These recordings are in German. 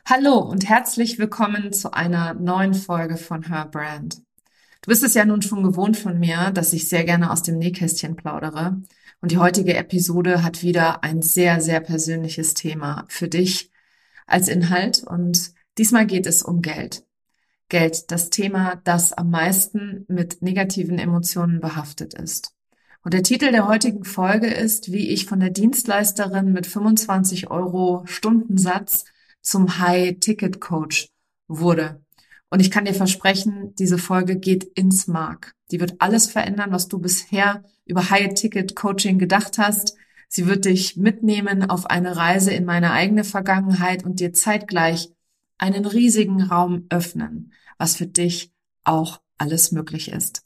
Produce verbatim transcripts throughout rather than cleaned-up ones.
Hallo und herzlich willkommen zu einer neuen Folge von Her Brand. Du bist es ja nun schon gewohnt von mir, dass ich sehr gerne aus dem Nähkästchen plaudere. Und die heutige Episode hat wieder ein sehr, sehr persönliches Thema für dich als Inhalt. Und diesmal geht es um Geld. Geld, das Thema, das am meisten mit negativen Emotionen behaftet ist. Und der Titel der heutigen Folge ist, wie ich von der Dienstleisterin mit fünfundzwanzig Euro Stundensatz zum High-Ticket-Coach wurde. Und ich kann dir versprechen, diese Folge geht ins Mark. Die wird alles verändern, was du bisher über High-Ticket-Coaching gedacht hast. Sie wird dich mitnehmen auf eine Reise in meine eigene Vergangenheit und dir zeitgleich einen riesigen Raum öffnen, was für dich auch alles möglich ist.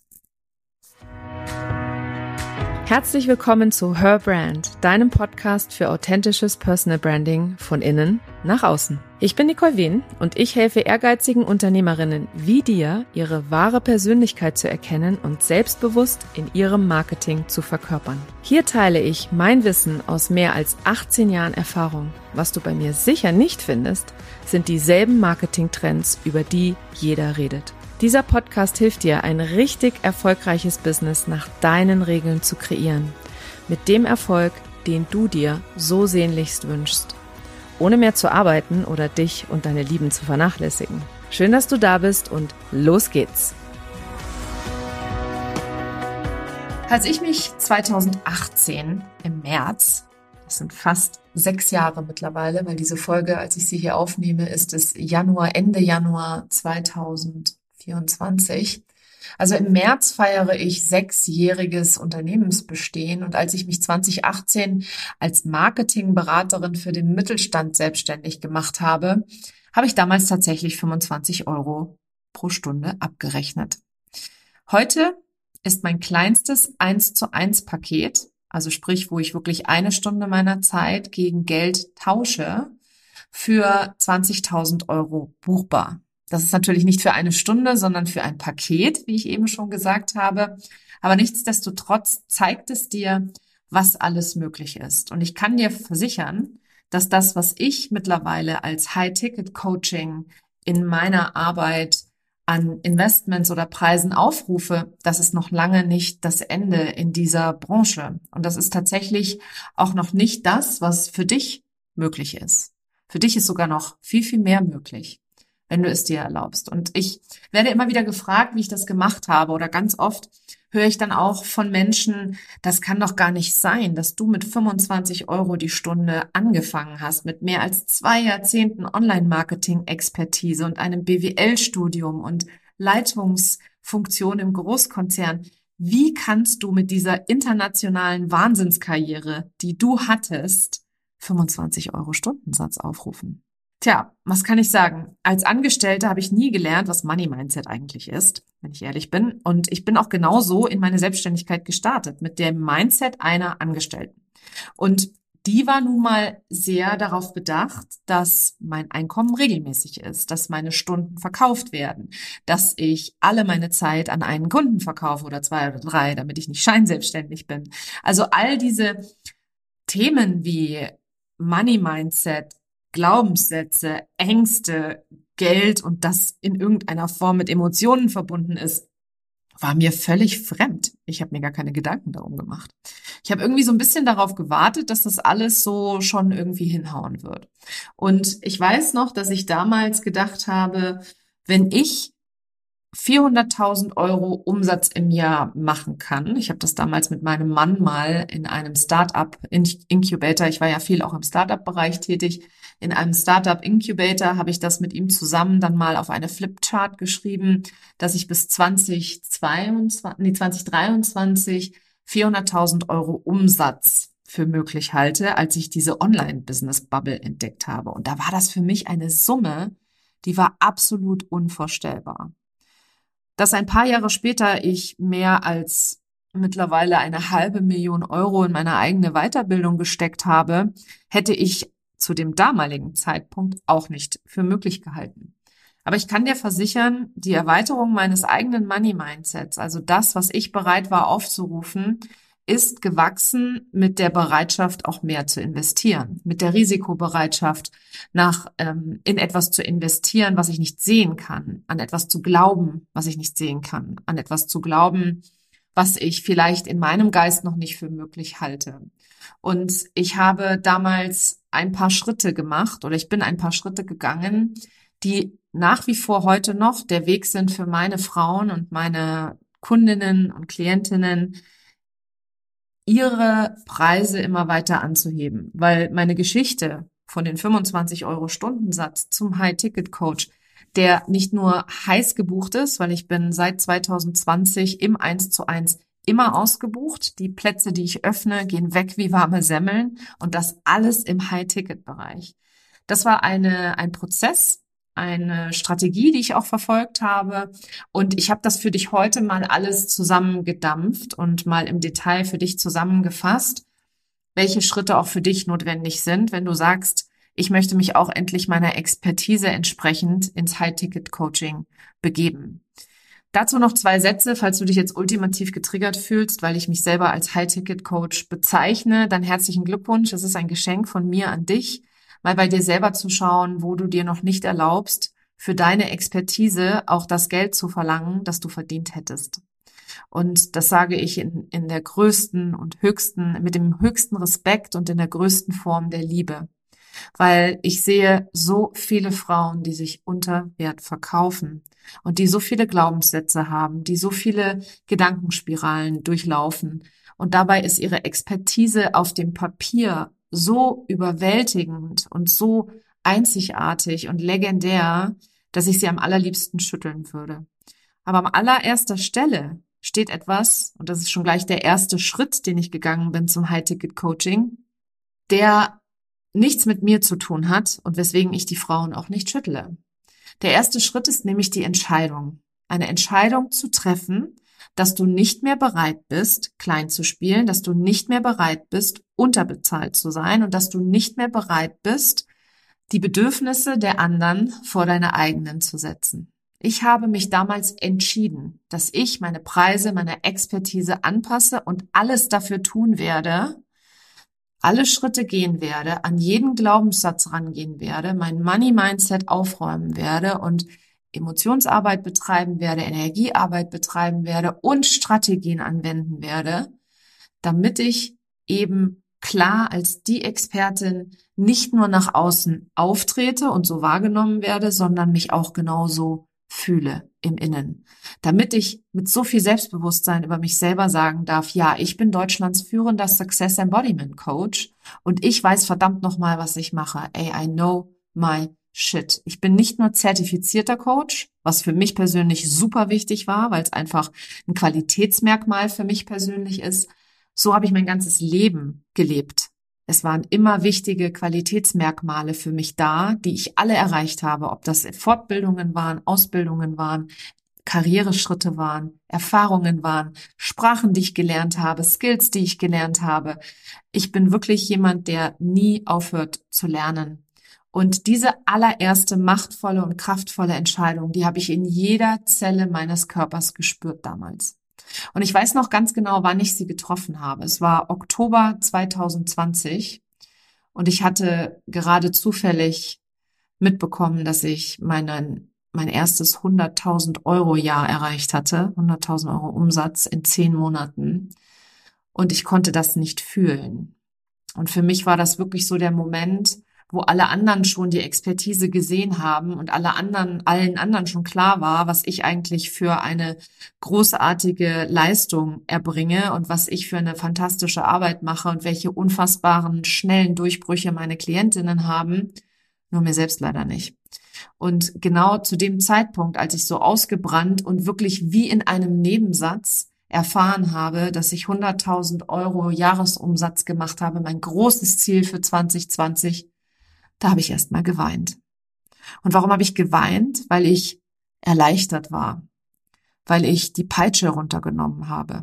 Herzlich willkommen zu Her Brand, deinem Podcast für authentisches Personal Branding von innen nach außen. Ich bin Nicole Wien und ich helfe ehrgeizigen Unternehmerinnen wie dir, ihre wahre Persönlichkeit zu erkennen und selbstbewusst in ihrem Marketing zu verkörpern. Hier teile ich mein Wissen aus mehr als achtzehn Jahren Erfahrung. Was du bei mir sicher nicht findest, sind dieselben Marketingtrends, über die jeder redet. Dieser Podcast hilft dir, ein richtig erfolgreiches Business nach deinen Regeln zu kreieren. Mit dem Erfolg, den du dir so sehnlichst wünschst. Ohne mehr zu arbeiten oder dich und deine Lieben zu vernachlässigen. Schön, dass du da bist und los geht's! Als ich mich zweitausendachtzehn im März, das sind fast sechs Jahre mittlerweile, weil diese Folge, als ich sie hier aufnehme, ist es Januar, Ende Januar zweitausendvierundzwanzig. Also im März feiere ich sechsjähriges Unternehmensbestehen und als ich mich zweitausendachtzehn als Marketingberaterin für den Mittelstand selbstständig gemacht habe, habe ich damals tatsächlich fünfundzwanzig Euro pro Stunde abgerechnet. Heute ist mein kleinstes eins zu eins Paket, also sprich, wo ich wirklich eine Stunde meiner Zeit gegen Geld tausche, für zwanzigtausend Euro buchbar. Das ist natürlich nicht für eine Stunde, sondern für ein Paket, wie ich eben schon gesagt habe. Aber nichtsdestotrotz zeigt es dir, was alles möglich ist. Und ich kann dir versichern, dass das, was ich mittlerweile als High-Ticket-Coaching in meiner Arbeit an Investments oder Preisen aufrufe, das ist noch lange nicht das Ende in dieser Branche. Und das ist tatsächlich auch noch nicht das, was für dich möglich ist. Für dich ist sogar noch viel, viel mehr möglich, wenn du es dir erlaubst. Und ich werde immer wieder gefragt, wie ich das gemacht habe. Oder ganz oft höre ich dann auch von Menschen, das kann doch gar nicht sein, dass du mit fünfundzwanzig Euro die Stunde angefangen hast, mit mehr als zwei Jahrzehnten Online-Marketing-Expertise und einem B W L-Studium und Leitungsfunktion im Großkonzern. Wie kannst du mit dieser internationalen Wahnsinnskarriere, die du hattest, fünfundzwanzig Euro Stundensatz aufrufen? Tja, was kann ich sagen? Als Angestellte habe ich nie gelernt, was Money Mindset eigentlich ist, wenn ich ehrlich bin. Und ich bin auch genauso in meine Selbstständigkeit gestartet, mit dem Mindset einer Angestellten. Und die war nun mal sehr darauf bedacht, dass mein Einkommen regelmäßig ist, dass meine Stunden verkauft werden, dass ich alle meine Zeit an einen Kunden verkaufe oder zwei oder drei, damit ich nicht scheinselbstständig bin. Also all diese Themen wie Money Mindset, Glaubenssätze, Ängste, Geld und das in irgendeiner Form mit Emotionen verbunden ist, war mir völlig fremd. Ich habe mir gar keine Gedanken darum gemacht. Ich habe irgendwie so ein bisschen darauf gewartet, dass das alles so schon irgendwie hinhauen wird. Und ich weiß noch, dass ich damals gedacht habe, wenn ich vierhunderttausend Euro Umsatz im Jahr machen kann. Ich habe das damals mit meinem Mann mal in einem Startup-Incubator, ich war ja viel auch im Startup-Bereich tätig, in einem Startup-Incubator habe ich das mit ihm zusammen dann mal auf eine Flipchart geschrieben, dass ich bis zweitausendzweiundzwanzig, nee, zweitausenddreiundzwanzig vierhunderttausend Euro Umsatz für möglich halte, als ich diese Online-Business-Bubble entdeckt habe. Und da war das für mich eine Summe, die war absolut unvorstellbar. Dass ein paar Jahre später ich mehr als mittlerweile eine halbe Million Euro in meine eigene Weiterbildung gesteckt habe, hätte ich zu dem damaligen Zeitpunkt auch nicht für möglich gehalten. Aber ich kann dir versichern, die Erweiterung meines eigenen Money Mindsets, also das, was ich bereit war aufzurufen, ist gewachsen mit der Bereitschaft, auch mehr zu investieren, mit der Risikobereitschaft, nach ähm, in etwas zu investieren, was ich nicht sehen kann, an etwas zu glauben, was ich nicht sehen kann, an etwas zu glauben, was ich vielleicht in meinem Geist noch nicht für möglich halte. Und ich habe damals ein paar Schritte gemacht oder ich bin ein paar Schritte gegangen, die nach wie vor heute noch der Weg sind für meine Frauen und meine Kundinnen und Klientinnen, ihre Preise immer weiter anzuheben. Weil meine Geschichte von den fünfundzwanzig Euro Stundensatz zum High-Ticket-Coach, der nicht nur heiß gebucht ist, weil ich bin seit zwanzig zwanzig im eins zu eins immer ausgebucht. Die Plätze, die ich öffne, gehen weg wie warme Semmeln und das alles im High-Ticket-Bereich. Das war eine, ein Prozess, eine Strategie, die ich auch verfolgt habe. Und ich habe das für dich heute mal alles zusammengedampft und mal im Detail für dich zusammengefasst, welche Schritte auch für dich notwendig sind, wenn du sagst, ich möchte mich auch endlich meiner Expertise entsprechend ins High-Ticket-Coaching begeben. Dazu noch zwei Sätze, falls du dich jetzt ultimativ getriggert fühlst, weil ich mich selber als High-Ticket-Coach bezeichne, dann herzlichen Glückwunsch. Es ist ein Geschenk von mir an dich, mal bei dir selber zu schauen, wo du dir noch nicht erlaubst, für deine Expertise auch das Geld zu verlangen, das du verdient hättest. Und das sage ich in, in der größten und höchsten, mit dem höchsten Respekt und in der größten Form der Liebe. Weil ich sehe so viele Frauen, die sich unter Wert verkaufen und die so viele Glaubenssätze haben, die so viele Gedankenspiralen durchlaufen. Und dabei ist ihre Expertise auf dem Papier so überwältigend und so einzigartig und legendär, dass ich sie am allerliebsten schütteln würde. Aber an allererster Stelle steht etwas, und das ist schon gleich der erste Schritt, den ich gegangen bin zum High-Ticket-Coaching, der nichts mit mir zu tun hat und weswegen ich die Frauen auch nicht schüttle. Der erste Schritt ist nämlich die Entscheidung. Eine Entscheidung zu treffen, dass du nicht mehr bereit bist, klein zu spielen, dass du nicht mehr bereit bist, unterbezahlt zu sein und dass du nicht mehr bereit bist, die Bedürfnisse der anderen vor deine eigenen zu setzen. Ich habe mich damals entschieden, dass ich meine Preise, meine Expertise anpasse und alles dafür tun werde, alle Schritte gehen werde, an jeden Glaubenssatz rangehen werde, mein Money-Mindset aufräumen werde und Emotionsarbeit betreiben werde, Energiearbeit betreiben werde und Strategien anwenden werde, damit ich eben klar als die Expertin nicht nur nach außen auftrete und so wahrgenommen werde, sondern mich auch genauso fühle im Innen. Damit ich mit so viel Selbstbewusstsein über mich selber sagen darf, ja, ich bin Deutschlands führender Success Embodiment Coach und ich weiß verdammt nochmal, was ich mache. Ey, I know my shit. Ich bin nicht nur zertifizierter Coach, was für mich persönlich super wichtig war, weil es einfach ein Qualitätsmerkmal für mich persönlich ist. So habe ich mein ganzes Leben gelebt. Es waren immer wichtige Qualitätsmerkmale für mich da, die ich alle erreicht habe, ob das Fortbildungen waren, Ausbildungen waren, Karriereschritte waren, Erfahrungen waren, Sprachen, die ich gelernt habe, Skills, die ich gelernt habe. Ich bin wirklich jemand, der nie aufhört zu lernen. Und diese allererste machtvolle und kraftvolle Entscheidung, die habe ich in jeder Zelle meines Körpers gespürt damals. Und ich weiß noch ganz genau, wann ich sie getroffen habe. Es war Oktober zwanzig zwanzig und ich hatte gerade zufällig mitbekommen, dass ich meinen, mein erstes hunderttausend Euro Jahr erreicht hatte, hunderttausend Euro Umsatz in zehn Monaten und ich konnte das nicht fühlen. Und für mich war das wirklich so der Moment, wo alle anderen schon die Expertise gesehen haben und alle anderen, allen anderen schon klar war, was ich eigentlich für eine großartige Leistung erbringe und was ich für eine fantastische Arbeit mache und welche unfassbaren, schnellen Durchbrüche meine Klientinnen haben, nur mir selbst leider nicht. Und genau zu dem Zeitpunkt, als ich so ausgebrannt und wirklich wie in einem Nebensatz erfahren habe, dass ich hunderttausend Euro Jahresumsatz gemacht habe, mein großes Ziel für zwanzig zwanzig, da habe ich erst mal geweint. Und warum habe ich geweint? Weil ich erleichtert war, weil ich die Peitsche runtergenommen habe,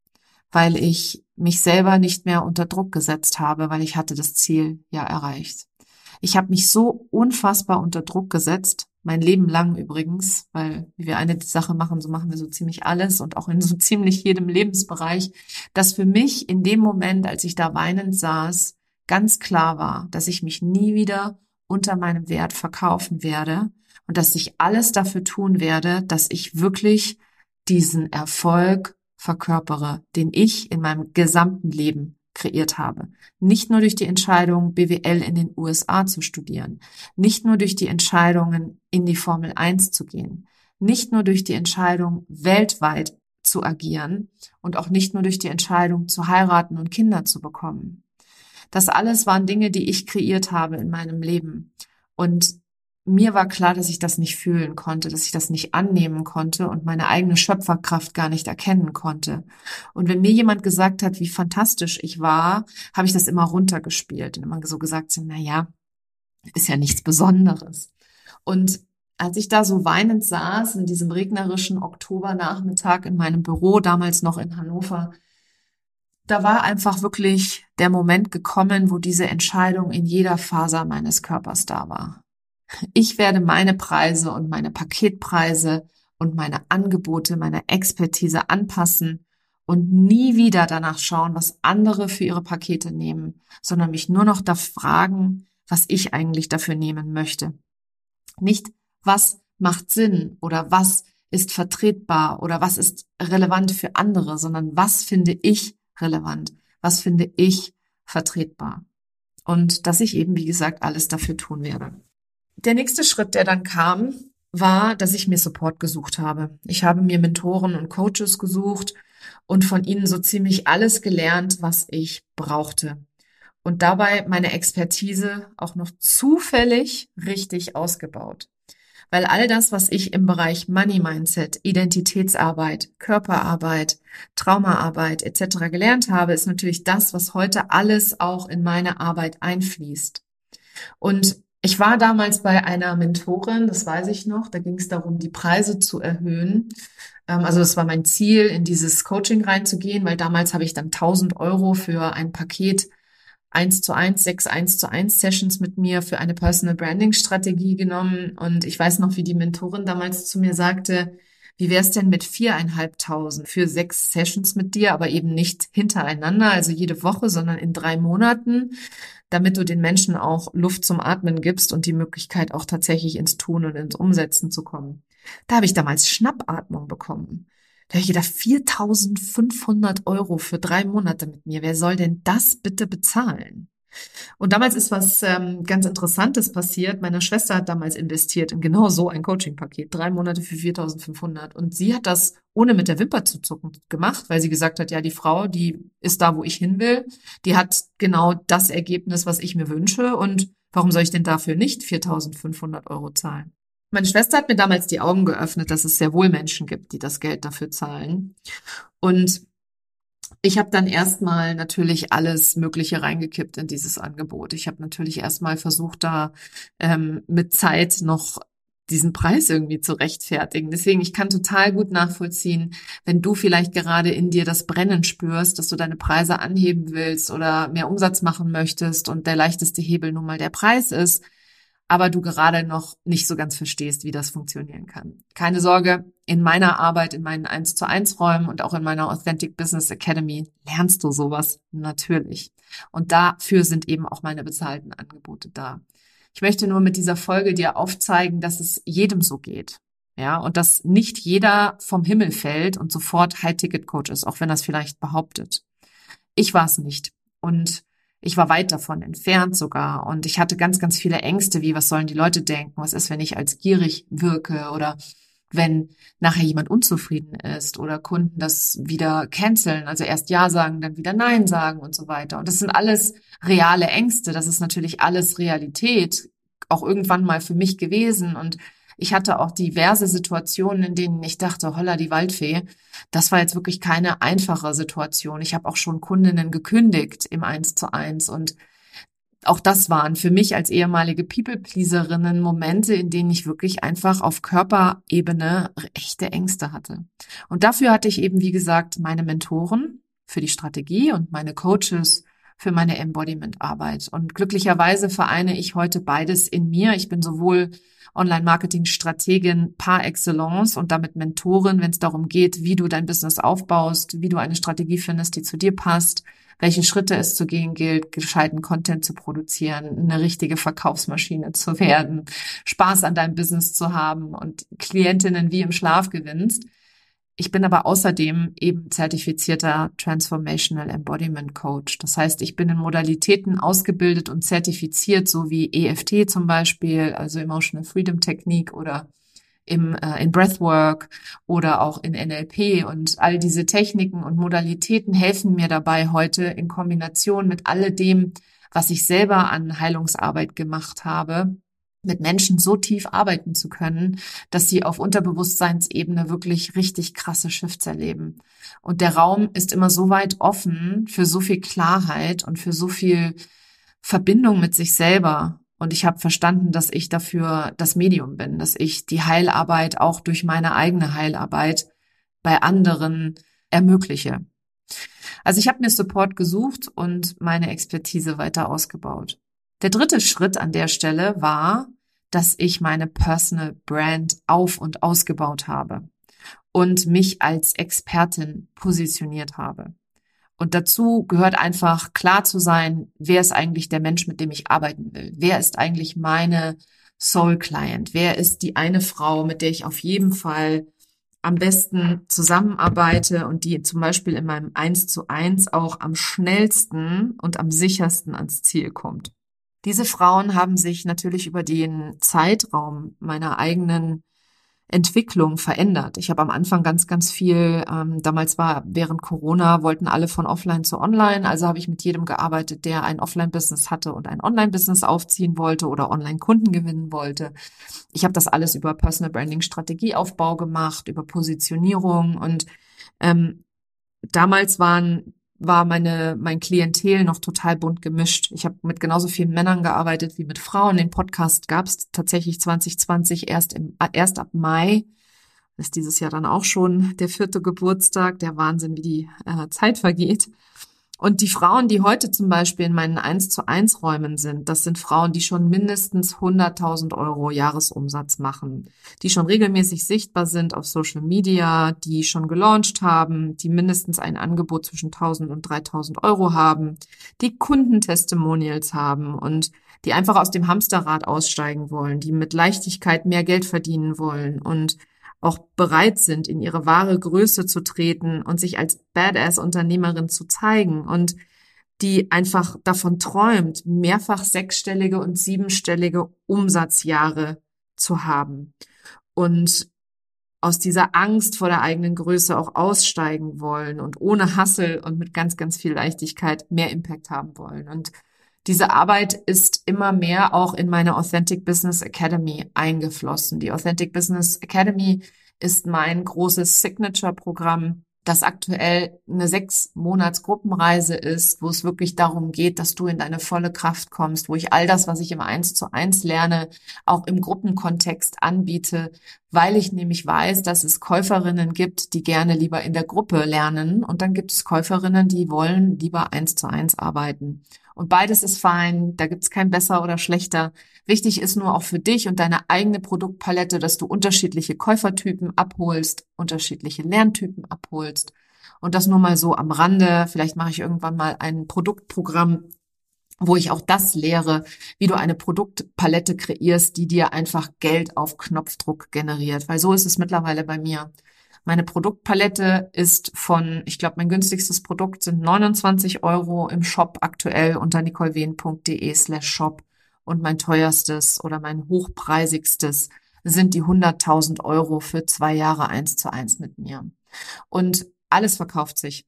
weil ich mich selber nicht mehr unter Druck gesetzt habe, weil ich hatte das Ziel ja erreicht. Ich habe mich so unfassbar unter Druck gesetzt, mein Leben lang übrigens, weil wie wir eine Sache machen, so machen wir so ziemlich alles und auch in so ziemlich jedem Lebensbereich, dass für mich in dem Moment, als ich da weinend saß, ganz klar war, dass ich mich nie wieder unter meinem Wert verkaufen werde und dass ich alles dafür tun werde, dass ich wirklich diesen Erfolg verkörpere, den ich in meinem gesamten Leben kreiert habe. Nicht nur durch die Entscheidung, B W L in den U S A zu studieren, nicht nur durch die Entscheidungen, in die Formel eins zu gehen, nicht nur durch die Entscheidung, weltweit zu agieren und auch nicht nur durch die Entscheidung, zu heiraten und Kinder zu bekommen. Das alles waren Dinge, die ich kreiert habe in meinem Leben. Und mir war klar, dass ich das nicht fühlen konnte, dass ich das nicht annehmen konnte und meine eigene Schöpferkraft gar nicht erkennen konnte. Und wenn mir jemand gesagt hat, wie fantastisch ich war, habe ich das immer runtergespielt und immer so gesagt, so, na ja, ist ja nichts Besonderes. Und als ich da so weinend saß in diesem regnerischen Oktobernachmittag in meinem Büro, damals noch in Hannover, da war einfach wirklich der Moment gekommen, wo diese Entscheidung in jeder Faser meines Körpers da war. Ich werde meine Preise und meine Paketpreise und meine Angebote, meine Expertise anpassen und nie wieder danach schauen, was andere für ihre Pakete nehmen, sondern mich nur noch da fragen, was ich eigentlich dafür nehmen möchte. Nicht, was macht Sinn oder was ist vertretbar oder was ist relevant für andere, sondern was finde ich relevant, was finde ich vertretbar. Und dass ich eben, wie gesagt, alles dafür tun werde. Der nächste Schritt, der dann kam, war, dass ich mir Support gesucht habe. Ich habe mir Mentoren und Coaches gesucht und von ihnen so ziemlich alles gelernt, was ich brauchte. Und dabei meine Expertise auch noch zufällig richtig ausgebaut. Weil all das, was ich im Bereich Money Mindset, Identitätsarbeit, Körperarbeit, Traumaarbeit et cetera gelernt habe, ist natürlich das, was heute alles auch in meine Arbeit einfließt. Und ich war damals bei einer Mentorin, das weiß ich noch, da ging es darum, die Preise zu erhöhen. Also das war mein Ziel, in dieses Coaching reinzugehen, weil damals habe ich dann tausend Euro für ein Paket eins zu eins, sechs eins zu eins Sessions mit mir für eine Personal Branding Strategie genommen. Und ich weiß noch, wie die Mentorin damals zu mir sagte, wie wär's denn mit viereinhalbtausend für sechs Sessions mit dir, aber eben nicht hintereinander, also jede Woche, sondern in drei Monaten, damit du den Menschen auch Luft zum Atmen gibst und die Möglichkeit auch tatsächlich ins Tun und ins Umsetzen zu kommen. Da habe ich damals Schnappatmung bekommen. Da habe ich gedacht, viertausendfünfhundert Euro für drei Monate mit mir. Wer soll denn das bitte bezahlen? Und damals ist was ähm, ganz Interessantes passiert. Meine Schwester hat damals investiert in genau so ein Coaching-Paket. Drei Monate für viertausendfünfhundert. Und sie hat das ohne mit der Wimper zu zucken gemacht, weil sie gesagt hat, ja, die Frau, die ist da, wo ich hin will. Die hat genau das Ergebnis, was ich mir wünsche. Und warum soll ich denn dafür nicht viertausendfünfhundert Euro zahlen? Meine Schwester hat mir damals die Augen geöffnet, dass es sehr wohl Menschen gibt, die das Geld dafür zahlen. Und ich habe dann erstmal natürlich alles Mögliche reingekippt in dieses Angebot. Ich habe natürlich erstmal versucht, da ähm, mit Zeit noch diesen Preis irgendwie zu rechtfertigen. Deswegen, ich kann total gut nachvollziehen, wenn du vielleicht gerade in dir das Brennen spürst, dass du deine Preise anheben willst oder mehr Umsatz machen möchtest und der leichteste Hebel nun mal der Preis ist, aber du gerade noch nicht so ganz verstehst, wie das funktionieren kann. Keine Sorge, in meiner Arbeit, in meinen eins zu eins Räumen und auch in meiner Authentic Business Academy lernst du sowas natürlich. Und dafür sind eben auch meine bezahlten Angebote da. Ich möchte nur mit dieser Folge dir aufzeigen, dass es jedem so geht. Ja, und dass nicht jeder vom Himmel fällt und sofort High-Ticket-Coach ist, auch wenn er es vielleicht behauptet. Ich war es nicht. Und ich war weit davon entfernt sogar und ich hatte ganz, ganz viele Ängste, wie was sollen die Leute denken, was ist, wenn ich als gierig wirke oder wenn nachher jemand unzufrieden ist oder Kunden das wieder canceln, also erst Ja sagen, dann wieder Nein sagen und so weiter. Und das sind alles reale Ängste, das ist natürlich alles Realität, auch irgendwann mal für mich gewesen und ich hatte auch diverse Situationen, in denen ich dachte, holla die Waldfee, das war jetzt wirklich keine einfache Situation. Ich habe auch schon Kundinnen gekündigt im eins zu eins und auch das waren für mich als ehemalige People-Pleaserinnen Momente, in denen ich wirklich einfach auf Körperebene echte Ängste hatte. Und dafür hatte ich eben, wie gesagt, meine Mentoren für die Strategie und meine Coaches für meine Embodiment-Arbeit. Und glücklicherweise vereine ich heute beides in mir. Ich bin sowohl Online-Marketing-Strategin par excellence und damit Mentorin, wenn es darum geht, wie du dein Business aufbaust, wie du eine Strategie findest, die zu dir passt, welche Schritte es zu gehen gilt, gescheiten Content zu produzieren, eine richtige Verkaufsmaschine zu werden, Spaß an deinem Business zu haben und Klientinnen wie im Schlaf gewinnst. Ich bin aber außerdem eben zertifizierter Transformational Embodiment Coach. Das heißt, ich bin in Modalitäten ausgebildet und zertifiziert, so wie E F T zum Beispiel, also Emotional Freedom Technique oder im, äh, in Breathwork oder auch in N L P. Und all diese Techniken und Modalitäten helfen mir dabei heute in Kombination mit alledem, was ich selber an Heilungsarbeit gemacht habe, mit Menschen so tief arbeiten zu können, dass sie auf Unterbewusstseinsebene wirklich richtig krasse Shifts erleben. Und der Raum ist immer so weit offen für so viel Klarheit und für so viel Verbindung mit sich selber. Und ich habe verstanden, dass ich dafür das Medium bin, dass ich die Heilarbeit auch durch meine eigene Heilarbeit bei anderen ermögliche. Also ich habe mir Support gesucht und meine Expertise weiter ausgebaut. Der dritte Schritt an der Stelle war, dass ich meine Personal Brand auf- und ausgebaut habe und mich als Expertin positioniert habe. Und dazu gehört einfach klar zu sein, wer ist eigentlich der Mensch, mit dem ich arbeiten will? Wer ist eigentlich meine Soul Client? Wer ist die eine Frau, mit der ich auf jeden Fall am besten zusammenarbeite und die zum Beispiel in meinem eins zu eins auch am schnellsten und am sichersten ans Ziel kommt? Diese Frauen haben sich natürlich über den Zeitraum meiner eigenen Entwicklung verändert. Ich habe am Anfang ganz, ganz viel, ähm, damals war während Corona, wollten alle von offline zu online, also habe ich mit jedem gearbeitet, der ein Offline-Business hatte und ein Online-Business aufziehen wollte oder Online-Kunden gewinnen wollte. Ich habe das alles über Personal Branding, Strategieaufbau gemacht, über Positionierung und ähm, damals waren war meine mein Klientel noch total bunt gemischt. Ich habe mit genauso vielen Männern gearbeitet wie mit Frauen. Den Podcast gab es tatsächlich zwanzig zwanzig erst im erst ab Mai. Das ist dieses Jahr dann auch schon der vierte Geburtstag. Der Wahnsinn, wie die äh, Zeit vergeht. Und die Frauen, die heute zum Beispiel in meinen eins zu eins Räumen sind, das sind Frauen, die schon mindestens hunderttausend Euro Jahresumsatz machen, die schon regelmäßig sichtbar sind auf Social Media, die schon gelauncht haben, die mindestens ein Angebot zwischen tausend und dreitausend Euro haben, die Kundentestimonials haben und die einfach aus dem Hamsterrad aussteigen wollen, die mit Leichtigkeit mehr Geld verdienen wollen und auch bereit sind, in ihre wahre Größe zu treten und sich als Badass-Unternehmerin zu zeigen und die einfach davon träumt, mehrfach sechsstellige und siebenstellige Umsatzjahre zu haben und aus dieser Angst vor der eigenen Größe auch aussteigen wollen und ohne Hustle und mit ganz, ganz viel Leichtigkeit mehr Impact haben wollen. Und diese Arbeit ist immer mehr auch in meine Authentic Business Academy eingeflossen. Die Authentic Business Academy ist mein großes Signature-Programm, das aktuell eine sechs Monats Gruppenreise ist, wo es wirklich darum geht, dass du in deine volle Kraft kommst, wo ich all das, was ich im eins zu eins lerne, auch im Gruppenkontext anbiete, weil ich nämlich weiß, dass es Käuferinnen gibt, die gerne lieber in der Gruppe lernen und dann gibt es Käuferinnen, die wollen lieber eins zu eins arbeiten. Und beides ist fein, da gibt's kein besser oder schlechter. Wichtig ist nur auch für dich und deine eigene Produktpalette, dass du unterschiedliche Käufertypen abholst, unterschiedliche Lerntypen abholst. Und das nur mal so am Rande. Vielleicht mache ich irgendwann mal ein Produktprogramm, wo ich auch das lehre, wie du eine Produktpalette kreierst, die dir einfach Geld auf Knopfdruck generiert. Weil so ist es mittlerweile bei mir. Meine Produktpalette ist von, ich glaube, mein günstigstes Produkt sind neunundzwanzig Euro im Shop aktuell unter nicolewehn.de slash shop und mein teuerstes oder mein hochpreisigstes sind die hunderttausend Euro für zwei Jahre eins zu eins mit mir. Und alles verkauft sich.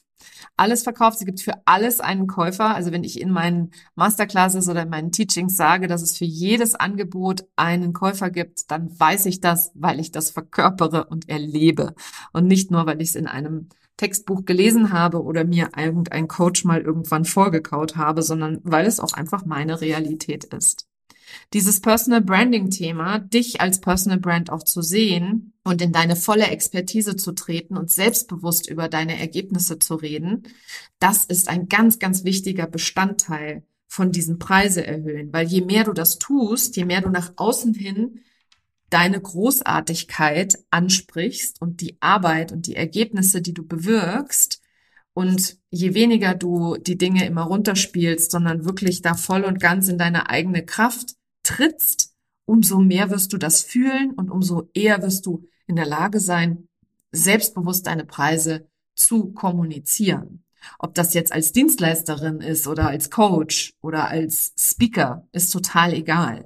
Alles verkauft, es gibt für alles einen Käufer. Also wenn ich in meinen Masterclasses oder in meinen Teachings sage, dass es für jedes Angebot einen Käufer gibt, dann weiß ich das, weil ich das verkörpere und erlebe. Und nicht nur, weil ich es in einem Textbuch gelesen habe oder mir irgendein Coach mal irgendwann vorgekaut habe, sondern weil es auch einfach meine Realität ist. Dieses Personal Branding Thema, dich als Personal Brand auch zu sehen und in deine volle Expertise zu treten und selbstbewusst über deine Ergebnisse zu reden, das ist ein ganz, ganz wichtiger Bestandteil von diesen Preise erhöhen, weil je mehr du das tust, je mehr du nach außen hin deine Großartigkeit ansprichst und die Arbeit und die Ergebnisse, die du bewirkst, und je weniger du die Dinge immer runterspielst, sondern wirklich da voll und ganz in deine eigene Kraft trittst, umso mehr wirst du das fühlen und umso eher wirst du in der Lage sein, selbstbewusst deine Preise zu kommunizieren. Ob das jetzt als Dienstleisterin ist oder als Coach oder als Speaker, ist total egal.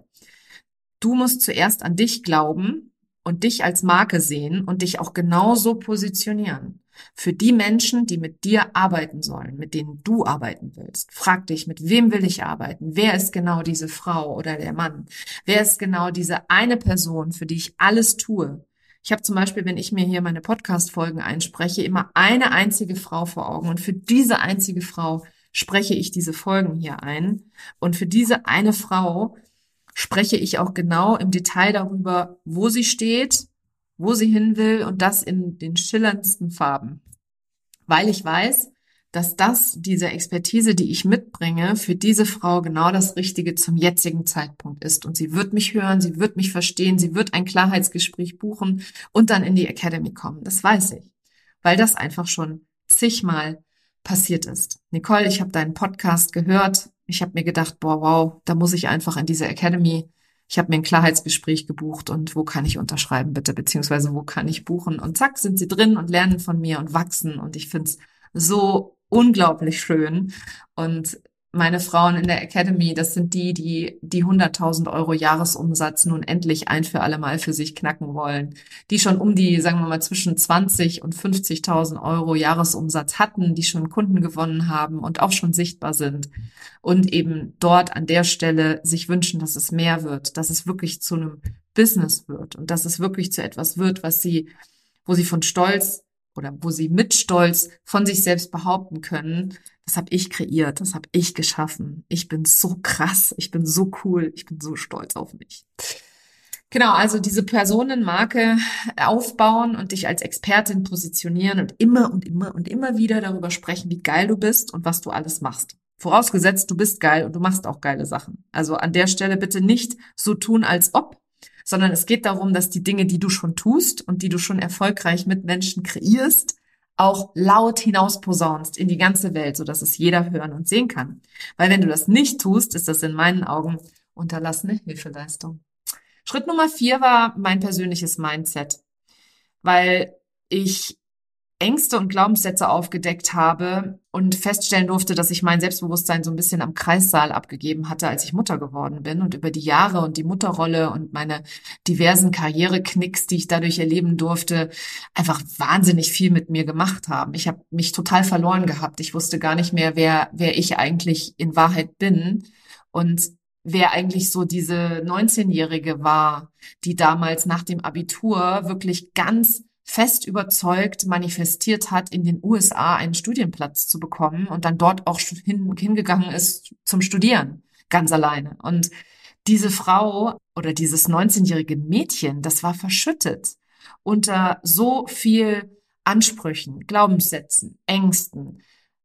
Du musst zuerst an dich glauben und dich als Marke sehen und dich auch genauso positionieren. Für die Menschen, die mit dir arbeiten sollen, mit denen du arbeiten willst. Frag dich, mit wem will ich arbeiten? Wer ist genau diese Frau oder der Mann? Wer ist genau diese eine Person, für die ich alles tue? Ich habe zum Beispiel, wenn ich mir hier meine Podcast-Folgen einspreche, immer eine einzige Frau vor Augen. Und für diese einzige Frau spreche ich diese Folgen hier ein. Und für diese eine Frau spreche ich auch genau im Detail darüber, wo sie steht, wo sie hin will und das in den schillerndsten Farben. Weil ich weiß, dass das, diese Expertise, die ich mitbringe, für diese Frau genau das Richtige zum jetzigen Zeitpunkt ist. Und sie wird mich hören, sie wird mich verstehen, sie wird ein Klarheitsgespräch buchen und dann in die Academy kommen. Das weiß ich, weil das einfach schon zigmal passiert ist. Nicole, ich habe deinen Podcast gehört. Ich habe mir gedacht, boah, wow, da muss ich einfach in diese Academy. Ich habe mir ein Klarheitsgespräch gebucht und wo kann ich unterschreiben bitte, beziehungsweise wo kann ich buchen? Und zack, sind sie drin und lernen von mir und wachsen. Und ich finde es so unglaublich schön. Und meine Frauen in der Academy, das sind die, die die hunderttausend Euro Jahresumsatz nun endlich ein für alle Mal für sich knacken wollen. Die schon um die, sagen wir mal, zwischen zwanzig und fünfzigtausend Euro Jahresumsatz hatten, die schon Kunden gewonnen haben und auch schon sichtbar sind. Und eben dort an der Stelle sich wünschen, dass es mehr wird, dass es wirklich zu einem Business wird und dass es wirklich zu etwas wird, was sie, wo sie von Stolz oder wo sie mit Stolz von sich selbst behaupten können, das habe ich kreiert, das habe ich geschaffen. Ich bin so krass, ich bin so cool, ich bin so stolz auf mich. Genau, also diese Personenmarke aufbauen und dich als Expertin positionieren und immer und immer und immer wieder darüber sprechen, wie geil du bist und was du alles machst. Vorausgesetzt, du bist geil und du machst auch geile Sachen. Also an der Stelle bitte nicht so tun, als ob, sondern es geht darum, dass die Dinge, die du schon tust und die du schon erfolgreich mit Menschen kreierst, auch laut hinausposaunst in die ganze Welt, sodass es jeder hören und sehen kann. Weil wenn du das nicht tust, ist das in meinen Augen unterlassene Hilfeleistung. Schritt Nummer vier war mein persönliches Mindset, weil ich Ängste und Glaubenssätze aufgedeckt habe und feststellen durfte, dass ich mein Selbstbewusstsein so ein bisschen am Kreissaal abgegeben hatte, als ich Mutter geworden bin und über die Jahre und die Mutterrolle und meine diversen Karriereknicks, die ich dadurch erleben durfte, einfach wahnsinnig viel mit mir gemacht haben. Ich habe mich total verloren gehabt. Ich wusste gar nicht mehr, wer, wer ich eigentlich in Wahrheit bin und wer eigentlich so diese neunzehnjährige war, die damals nach dem Abitur wirklich ganz fest überzeugt manifestiert hat, in den U S A einen Studienplatz zu bekommen und dann dort auch hin, hingegangen ist zum Studieren, ganz alleine. Und diese Frau oder dieses neunzehnjährige Mädchen, das war verschüttet unter so viel Ansprüchen, Glaubenssätzen, Ängsten,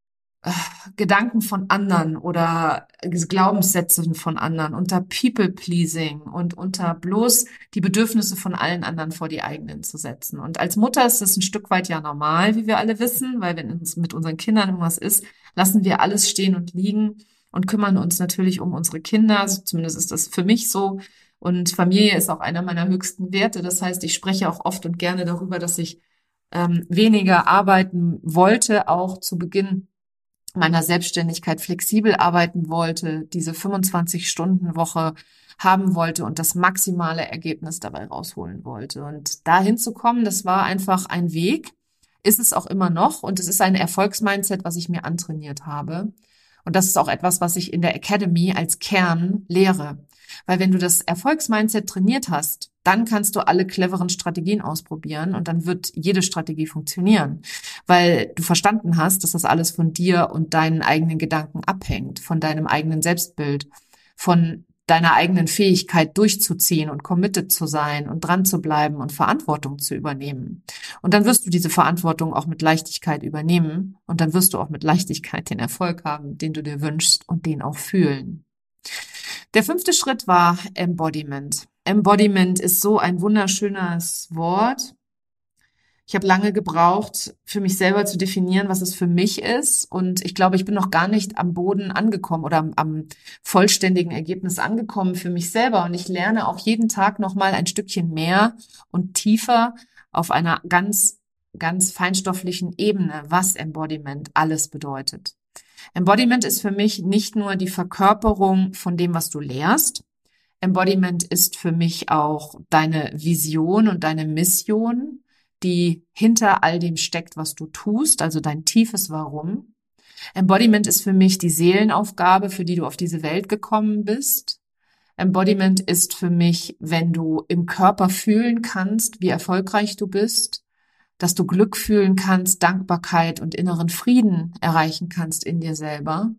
Gedanken von anderen oder Glaubenssätze von anderen, unter People-Pleasing und unter bloß die Bedürfnisse von allen anderen vor die eigenen zu setzen. Und als Mutter ist das ein Stück weit ja normal, wie wir alle wissen, weil wenn uns mit unseren Kindern irgendwas ist, lassen wir alles stehen und liegen und kümmern uns natürlich um unsere Kinder. Also zumindest ist das für mich so. Und Familie ist auch einer meiner höchsten Werte. Das heißt, ich spreche auch oft und gerne darüber, dass ich ähm, weniger arbeiten wollte, auch zu Beginn meiner Selbstständigkeit flexibel arbeiten wollte, diese fünfundzwanzig-Stunden-Woche haben wollte und das maximale Ergebnis dabei rausholen wollte. Und dahin zu kommen, das war einfach ein Weg, ist es auch immer noch und es ist ein Erfolgsmindset, was ich mir antrainiert habe. Und das ist auch etwas, was ich in der Academy als Kern lehre. Weil wenn du das Erfolgsmindset trainiert hast, dann kannst du alle cleveren Strategien ausprobieren und dann wird jede Strategie funktionieren, weil du verstanden hast, dass das alles von dir und deinen eigenen Gedanken abhängt, von deinem eigenen Selbstbild, von deiner eigenen Fähigkeit durchzuziehen und committed zu sein und dran zu bleiben und Verantwortung zu übernehmen. Und dann wirst du diese Verantwortung auch mit Leichtigkeit übernehmen und dann wirst du auch mit Leichtigkeit den Erfolg haben, den du dir wünschst und den auch fühlen. Der fünfte Schritt war Embodiment. Embodiment ist so ein wunderschönes Wort. Ich habe lange gebraucht, für mich selber zu definieren, was es für mich ist. Und ich glaube, ich bin noch gar nicht am Boden angekommen oder am, am vollständigen Ergebnis angekommen für mich selber. Und ich lerne auch jeden Tag noch mal ein Stückchen mehr und tiefer auf einer ganz, ganz feinstofflichen Ebene, was Embodiment alles bedeutet. Embodiment ist für mich nicht nur die Verkörperung von dem, was du lehrst. Embodiment ist für mich auch deine Vision und deine Mission, die hinter all dem steckt, was du tust, also dein tiefes Warum. Embodiment ist für mich die Seelenaufgabe, für die du auf diese Welt gekommen bist. Embodiment ist für mich, wenn du im Körper fühlen kannst, wie erfolgreich du bist, dass du Glück fühlen kannst, Dankbarkeit und inneren Frieden erreichen kannst in dir selber.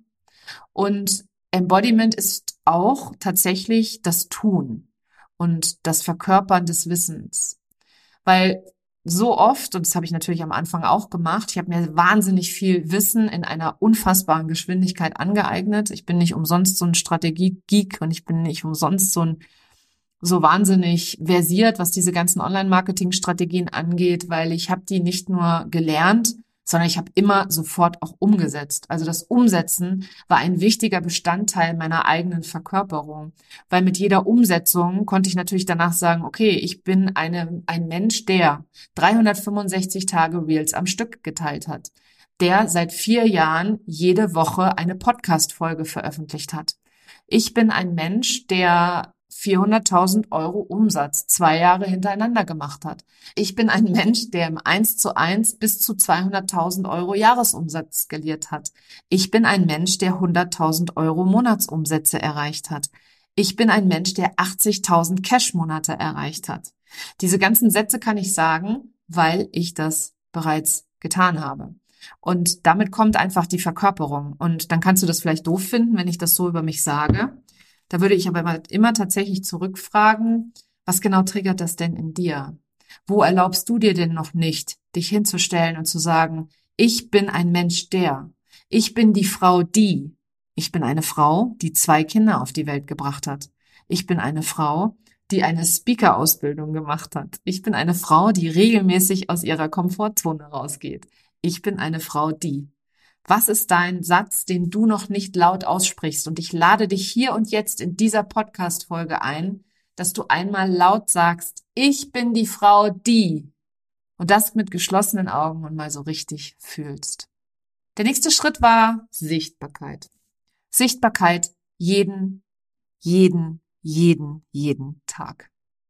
Und Embodiment ist auch tatsächlich das Tun und das Verkörpern des Wissens. Weil so oft, und das habe ich natürlich am Anfang auch gemacht, ich habe mir wahnsinnig viel Wissen in einer unfassbaren Geschwindigkeit angeeignet. Ich bin nicht umsonst so ein Strategie-Geek und ich bin nicht umsonst so ein so wahnsinnig versiert, was diese ganzen Online-Marketing-Strategien angeht, weil ich habe die nicht nur gelernt, sondern ich habe immer sofort auch umgesetzt. Also das Umsetzen war ein wichtiger Bestandteil meiner eigenen Verkörperung, weil mit jeder Umsetzung konnte ich natürlich danach sagen, okay, ich bin eine, ein Mensch, der dreihundertfünfundsechzig Tage Reels am Stück geteilt hat, der seit vier Jahren jede Woche eine Podcast-Folge veröffentlicht hat. Ich bin ein Mensch, der vierhunderttausend Euro Umsatz zwei Jahre hintereinander gemacht hat. Ich bin ein Mensch, der im eins zu eins bis zu zweihunderttausend Euro Jahresumsatz skaliert hat. Ich bin ein Mensch, der hunderttausend Euro Monatsumsätze erreicht hat. Ich bin ein Mensch, der achtzigtausend Cash-Monate erreicht hat. Diese ganzen Sätze kann ich sagen, weil ich das bereits getan habe. Und damit kommt einfach die Verkörperung. Und dann kannst du das vielleicht doof finden, wenn ich das so über mich sage. Da würde ich aber immer, immer tatsächlich zurückfragen, was genau triggert das denn in dir? Wo erlaubst du dir denn noch nicht, dich hinzustellen und zu sagen, ich bin ein Mensch der, ich bin die Frau die, ich bin eine Frau, die zwei Kinder auf die Welt gebracht hat. Ich bin eine Frau, die eine Speaker-Ausbildung gemacht hat. Ich bin eine Frau, die regelmäßig aus ihrer Komfortzone rausgeht. Ich bin eine Frau, die. Was ist dein Satz, den du noch nicht laut aussprichst? Und ich lade dich hier und jetzt in dieser Podcast-Folge ein, dass du einmal laut sagst, ich bin die Frau, die. Und das mit geschlossenen Augen und mal so richtig fühlst. Der nächste Schritt war Sichtbarkeit. Sichtbarkeit jeden, jeden, jeden, jeden Tag.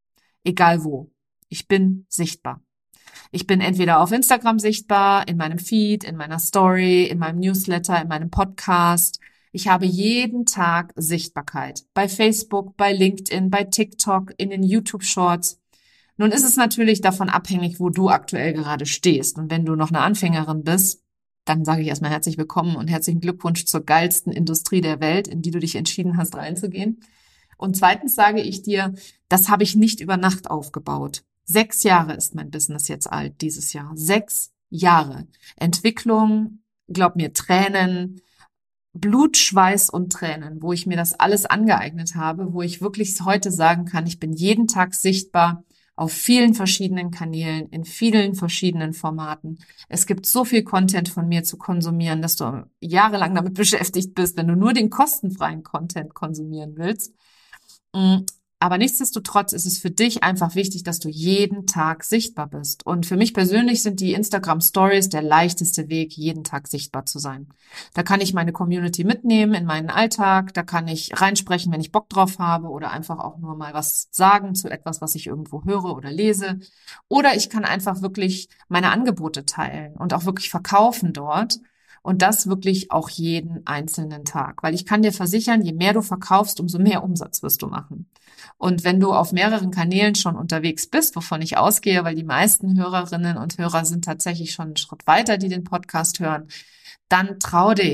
Egal wo. Ich bin sichtbar. Ich bin entweder auf Instagram sichtbar, in meinem Feed, in meiner Story, in meinem Newsletter, in meinem Podcast. Ich habe jeden Tag Sichtbarkeit. Bei Facebook, bei LinkedIn, bei TikTok, in den YouTube-Shorts. Nun ist es natürlich davon abhängig, wo du aktuell gerade stehst. Und wenn du noch eine Anfängerin bist, dann sage ich erstmal herzlich willkommen und herzlichen Glückwunsch zur geilsten Industrie der Welt, in die du dich entschieden hast, reinzugehen. Und zweitens sage ich dir, das habe ich nicht über Nacht aufgebaut. Sechs Jahre ist mein Business jetzt alt dieses Jahr. Sechs Jahre. Entwicklung, glaub mir, Tränen, Blut, Schweiß und Tränen, wo ich mir das alles angeeignet habe, wo ich wirklich heute sagen kann, ich bin jeden Tag sichtbar auf vielen verschiedenen Kanälen, in vielen verschiedenen Formaten. Es gibt so viel Content von mir zu konsumieren, dass du jahrelang damit beschäftigt bist, wenn du nur den kostenfreien Content konsumieren willst. Aber nichtsdestotrotz ist es für dich einfach wichtig, dass du jeden Tag sichtbar bist. Und für mich persönlich sind die Instagram Stories der leichteste Weg, jeden Tag sichtbar zu sein. Da kann ich meine Community mitnehmen in meinen Alltag, da kann ich reinsprechen, wenn ich Bock drauf habe oder einfach auch nur mal was sagen zu etwas, was ich irgendwo höre oder lese. Oder ich kann einfach wirklich meine Angebote teilen und auch wirklich verkaufen dort. Und das wirklich auch jeden einzelnen Tag. Weil ich kann dir versichern, je mehr du verkaufst, umso mehr Umsatz wirst du machen. Und wenn du auf mehreren Kanälen schon unterwegs bist, wovon ich ausgehe, weil die meisten Hörerinnen und Hörer sind tatsächlich schon einen Schritt weiter, die den Podcast hören, dann trau dich,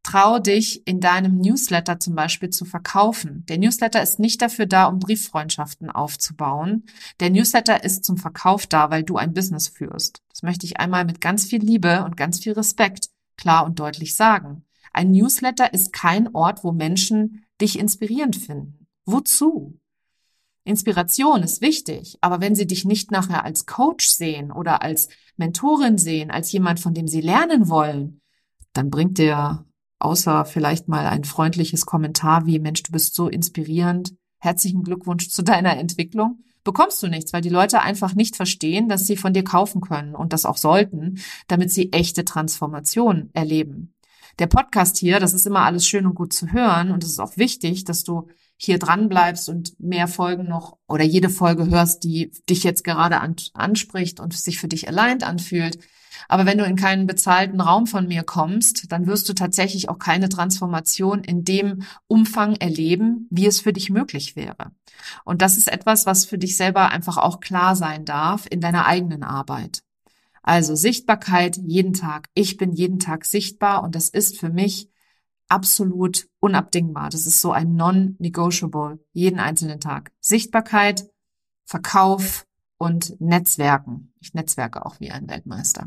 Trau dich, in deinem Newsletter zum Beispiel zu verkaufen. Der Newsletter ist nicht dafür da, um Brieffreundschaften aufzubauen. Der Newsletter ist zum Verkauf da, weil du ein Business führst. Das möchte ich einmal mit ganz viel Liebe und ganz viel Respekt klar und deutlich sagen. Ein Newsletter ist kein Ort, wo Menschen dich inspirierend finden. Wozu? Inspiration ist wichtig, aber wenn sie dich nicht nachher als Coach sehen oder als Mentorin sehen, als jemand, von dem sie lernen wollen, dann bringt dir außer vielleicht mal ein freundliches Kommentar wie, Mensch, du bist so inspirierend, herzlichen Glückwunsch zu deiner Entwicklung, bekommst du nichts, weil die Leute einfach nicht verstehen, dass sie von dir kaufen können und das auch sollten, damit sie echte Transformation erleben. Der Podcast hier, das ist immer alles schön und gut zu hören und es ist auch wichtig, dass du hier dran bleibst und mehr Folgen noch oder jede Folge hörst, die dich jetzt gerade an, anspricht und sich für dich aligned anfühlt. Aber wenn du in keinen bezahlten Raum von mir kommst, dann wirst du tatsächlich auch keine Transformation in dem Umfang erleben, wie es für dich möglich wäre. Und das ist etwas, was für dich selber einfach auch klar sein darf in deiner eigenen Arbeit. Also Sichtbarkeit jeden Tag. Ich bin jeden Tag sichtbar und das ist für mich absolut unabdingbar. Das ist so ein non-negotiable jeden einzelnen Tag. Sichtbarkeit, Verkauf und Netzwerken. Ich netzwerke auch wie ein Weltmeister.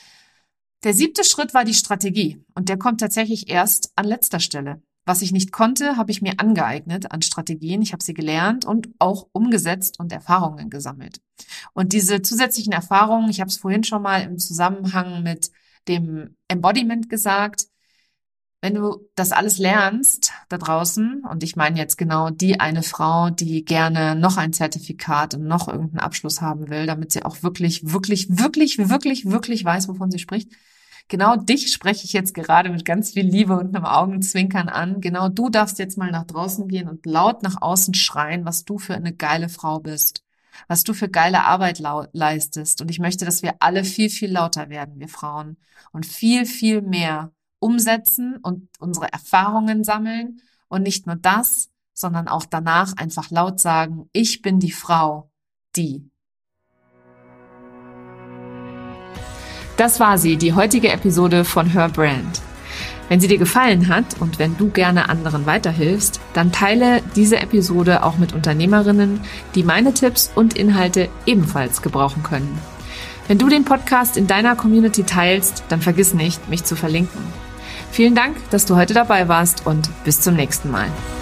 Der siebte Schritt war die Strategie und der kommt tatsächlich erst an letzter Stelle. Was ich nicht konnte, habe ich mir angeeignet an Strategien. Ich habe sie gelernt und auch umgesetzt und Erfahrungen gesammelt. Und diese zusätzlichen Erfahrungen, ich habe es vorhin schon mal im Zusammenhang mit dem Embodiment gesagt, wenn du das alles lernst da draußen, und ich meine jetzt genau die eine Frau, die gerne noch ein Zertifikat und noch irgendeinen Abschluss haben will, damit sie auch wirklich, wirklich, wirklich, wirklich, wirklich weiß, wovon sie spricht. Genau dich spreche ich jetzt gerade mit ganz viel Liebe und einem Augenzwinkern an. Genau du darfst jetzt mal nach draußen gehen und laut nach außen schreien, was du für eine geile Frau bist, was du für geile Arbeit leistest. Und ich möchte, dass wir alle viel, viel lauter werden, wir Frauen, und viel, viel mehr umsetzen und unsere Erfahrungen sammeln und nicht nur das, sondern auch danach einfach laut sagen, ich bin die Frau, die. Das war sie, die heutige Episode von Her Brand. Wenn sie dir gefallen hat und wenn du gerne anderen weiterhilfst, dann teile diese Episode auch mit Unternehmerinnen, die meine Tipps und Inhalte ebenfalls gebrauchen können. Wenn du den Podcast in deiner Community teilst, dann vergiss nicht, mich zu verlinken. Vielen Dank, dass du heute dabei warst und bis zum nächsten Mal.